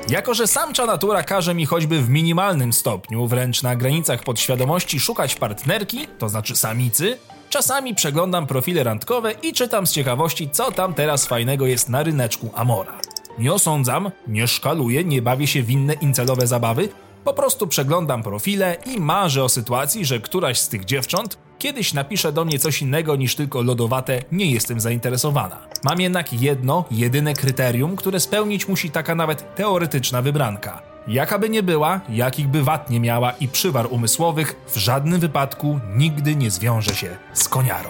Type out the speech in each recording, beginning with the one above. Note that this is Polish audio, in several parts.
Jako że samcza natura każe mi choćby w minimalnym stopniu, wręcz na granicach podświadomości szukać partnerki, to znaczy samicy, czasami przeglądam profile randkowe i czytam z ciekawości, co tam teraz fajnego jest na ryneczku Amora. Nie osądzam, nie szkaluję, nie bawię się w inne incelowe zabawy, po prostu przeglądam profile i marzę o sytuacji, że któraś z tych dziewcząt kiedyś napisze do mnie coś innego niż tylko lodowate nie jestem zainteresowana. Mam jednak jedno, jedyne kryterium, które spełnić musi taka nawet teoretyczna wybranka. Jaka by nie była, jakich by wad nie miała i przywar umysłowych, w żadnym wypadku nigdy nie zwiąże się z koniarą.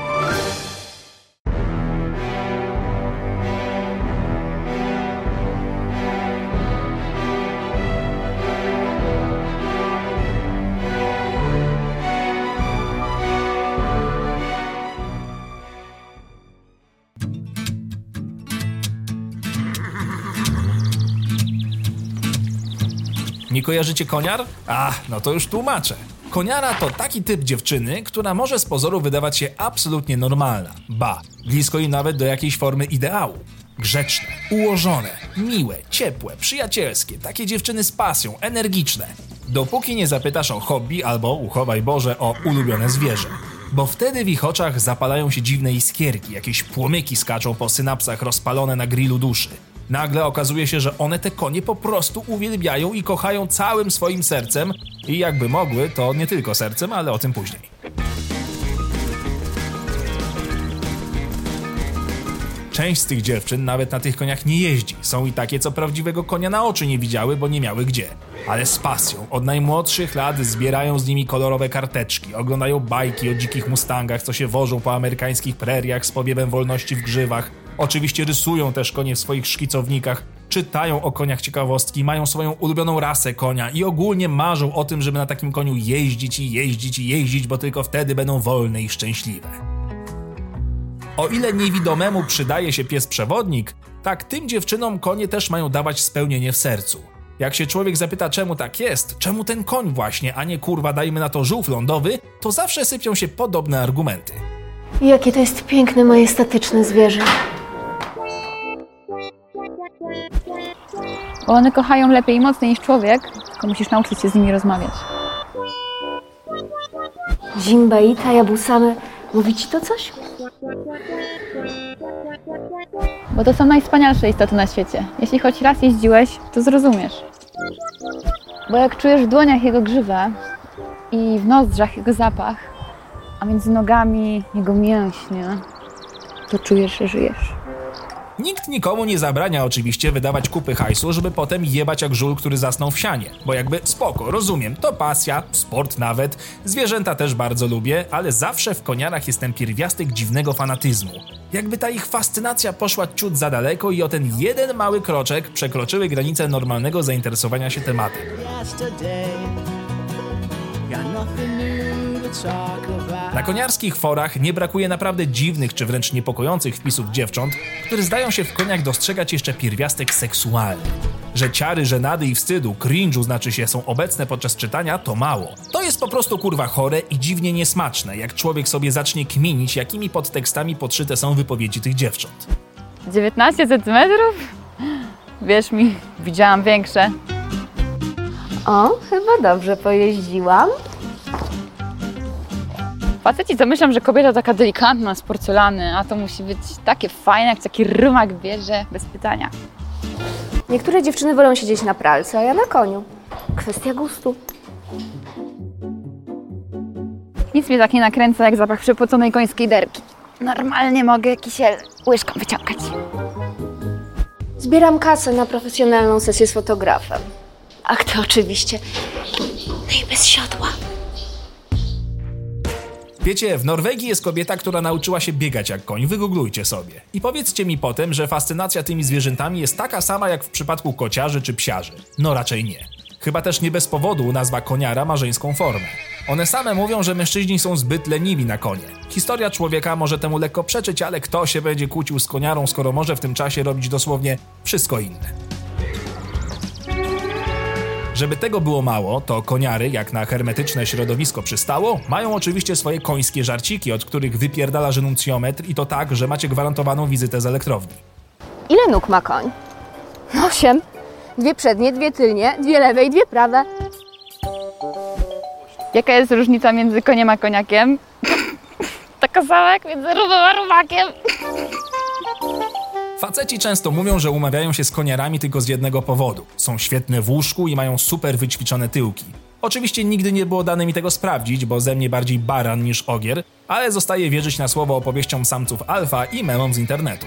Nie kojarzycie koniar? No to już tłumaczę. Koniara to taki typ dziewczyny, która może z pozoru wydawać się absolutnie normalna. Blisko jej nawet do jakiejś formy ideału. Grzeczne, ułożone, miłe, ciepłe, przyjacielskie, takie dziewczyny z pasją, energiczne. Dopóki nie zapytasz o hobby albo, uchowaj Boże, o ulubione zwierzę. Bo wtedy w ich oczach zapalają się dziwne iskierki, jakieś płomyki skaczą po synapsach rozpalone na grillu duszy. Nagle okazuje się, że one te konie po prostu uwielbiają i kochają całym swoim sercem i jakby mogły, to nie tylko sercem, ale o tym później. Część z tych dziewczyn nawet na tych koniach nie jeździ. Są i takie, co prawdziwego konia na oczy nie widziały, bo nie miały gdzie. Ale z pasją, od najmłodszych lat zbierają z nimi kolorowe karteczki, oglądają bajki o dzikich mustangach, co się wożą po amerykańskich preriach z powiewem wolności w grzywach. Oczywiście rysują też konie w swoich szkicownikach, czytają o koniach ciekawostki, mają swoją ulubioną rasę konia i ogólnie marzą o tym, żeby na takim koniu jeździć, bo tylko wtedy będą wolne i szczęśliwe. O ile niewidomemu przydaje się pies przewodnik, tak tym dziewczynom konie też mają dawać spełnienie w sercu. Jak się człowiek zapyta, czemu tak jest, czemu ten koń właśnie, a nie kurwa dajmy na to żółw lądowy, to zawsze sypią się podobne argumenty. Jakie to jest piękne, majestatyczne zwierzę. Bo one kochają lepiej i mocniej niż człowiek, tylko musisz nauczyć się z nimi rozmawiać. Zimbaita, Jabusame, mówi ci to coś? Bo to są najwspanialsze istoty na świecie. Jeśli choć raz jeździłeś, to zrozumiesz. Bo jak czujesz w dłoniach jego grzywę i w nozdrzach jego zapach, a między nogami jego mięśnie, to czujesz, że żyjesz. Nikt nikomu nie zabrania oczywiście wydawać kupy hajsu, żeby potem jebać jak żul, który zasnął w sianie. Bo jakby spoko, rozumiem, to pasja, sport nawet, zwierzęta też bardzo lubię, ale zawsze w koniarach jest ten pierwiastek dziwnego fanatyzmu. Jakby ta ich fascynacja poszła ciut za daleko i o ten jeden mały kroczek przekroczyły granicę normalnego zainteresowania się tematem. Na koniarskich forach nie brakuje naprawdę dziwnych czy wręcz niepokojących wpisów dziewcząt, które zdają się w koniach dostrzegać jeszcze pierwiastek seksualny. Że ciary żenady i wstydu, cringe'u znaczy się są obecne podczas czytania, to mało. To jest po prostu kurwa chore i dziwnie niesmaczne, jak człowiek sobie zacznie kminić, jakimi podtekstami podszyte są wypowiedzi tych dziewcząt. 19 centymetrów? Wierz mi, widziałam większe. O, chyba dobrze pojeździłam. Faceci to myślą, że kobieta taka delikatna z porcelany, a to musi być takie fajne, jak taki rymak bierze, bez pytania. Niektóre dziewczyny wolą siedzieć na pralce, a ja na koniu. Kwestia gustu. Nic mnie tak nie nakręca, jak zapach przepłoconej końskiej derki. Normalnie mogę kisiel łyżką wyciągać. Zbieram kasę na profesjonalną sesję z fotografem. Ach, to oczywiście. No i bez siodła. Wiecie, w Norwegii jest kobieta, która nauczyła się biegać jak koń, wygooglujcie sobie. I powiedzcie mi potem, że fascynacja tymi zwierzętami jest taka sama jak w przypadku kociarzy czy psiarzy. No raczej nie. Chyba też nie bez powodu nazwa koniara ma żeńską formę. One same mówią, że mężczyźni są zbyt leniwi na konie. Historia człowieka może temu lekko przeczyć, ale kto się będzie kłócił z koniarą, skoro może w tym czasie robić dosłownie wszystko inne. Żeby tego było mało, to koniary, jak na hermetyczne środowisko przystało, mają oczywiście swoje końskie żarciki, od których wypierdala renuncjometr i to tak, że macie gwarantowaną wizytę z elektrowni. Ile nóg ma koń? 8. 2 przednie, 2 tylnie, 2 lewe i 2 prawe. Jaka jest różnica między koniem a koniakiem? Taka sama jak między rumem a rumakiem. Faceci często mówią, że umawiają się z koniarami tylko z jednego powodu. Są świetne w łóżku i mają super wyćwiczone tyłki. Oczywiście nigdy nie było dane mi tego sprawdzić, bo ze mnie bardziej baran niż ogier, ale zostaje wierzyć na słowo opowieściom samców alfa i memom z internetu.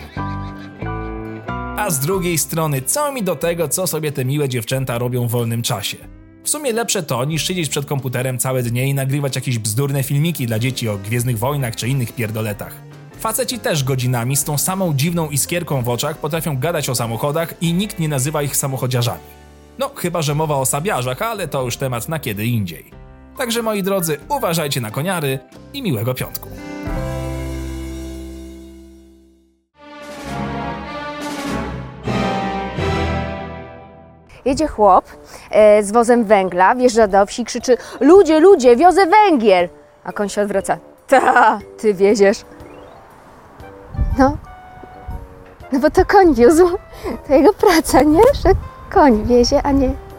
A z drugiej strony, co mi do tego, co sobie te miłe dziewczęta robią w wolnym czasie? W sumie lepsze to, niż siedzieć przed komputerem całe dnie i nagrywać jakieś bzdurne filmiki dla dzieci o Gwiezdnych Wojnach czy innych pierdoletach. Faceci też godzinami z tą samą dziwną iskierką w oczach potrafią gadać o samochodach i nikt nie nazywa ich samochodziarzami. No, chyba że mowa o sabiarzach, ale to już temat na kiedy indziej. Także moi drodzy, uważajcie na koniary i miłego piątku. Jedzie chłop z wozem węgla, wjeżdża do wsi, krzyczy: ludzie, ludzie, wiozę węgiel! A koń się odwraca: ta, ty wieziesz. No bo to koń wiózł, to jego praca, nie? Że koń wiezie, a nie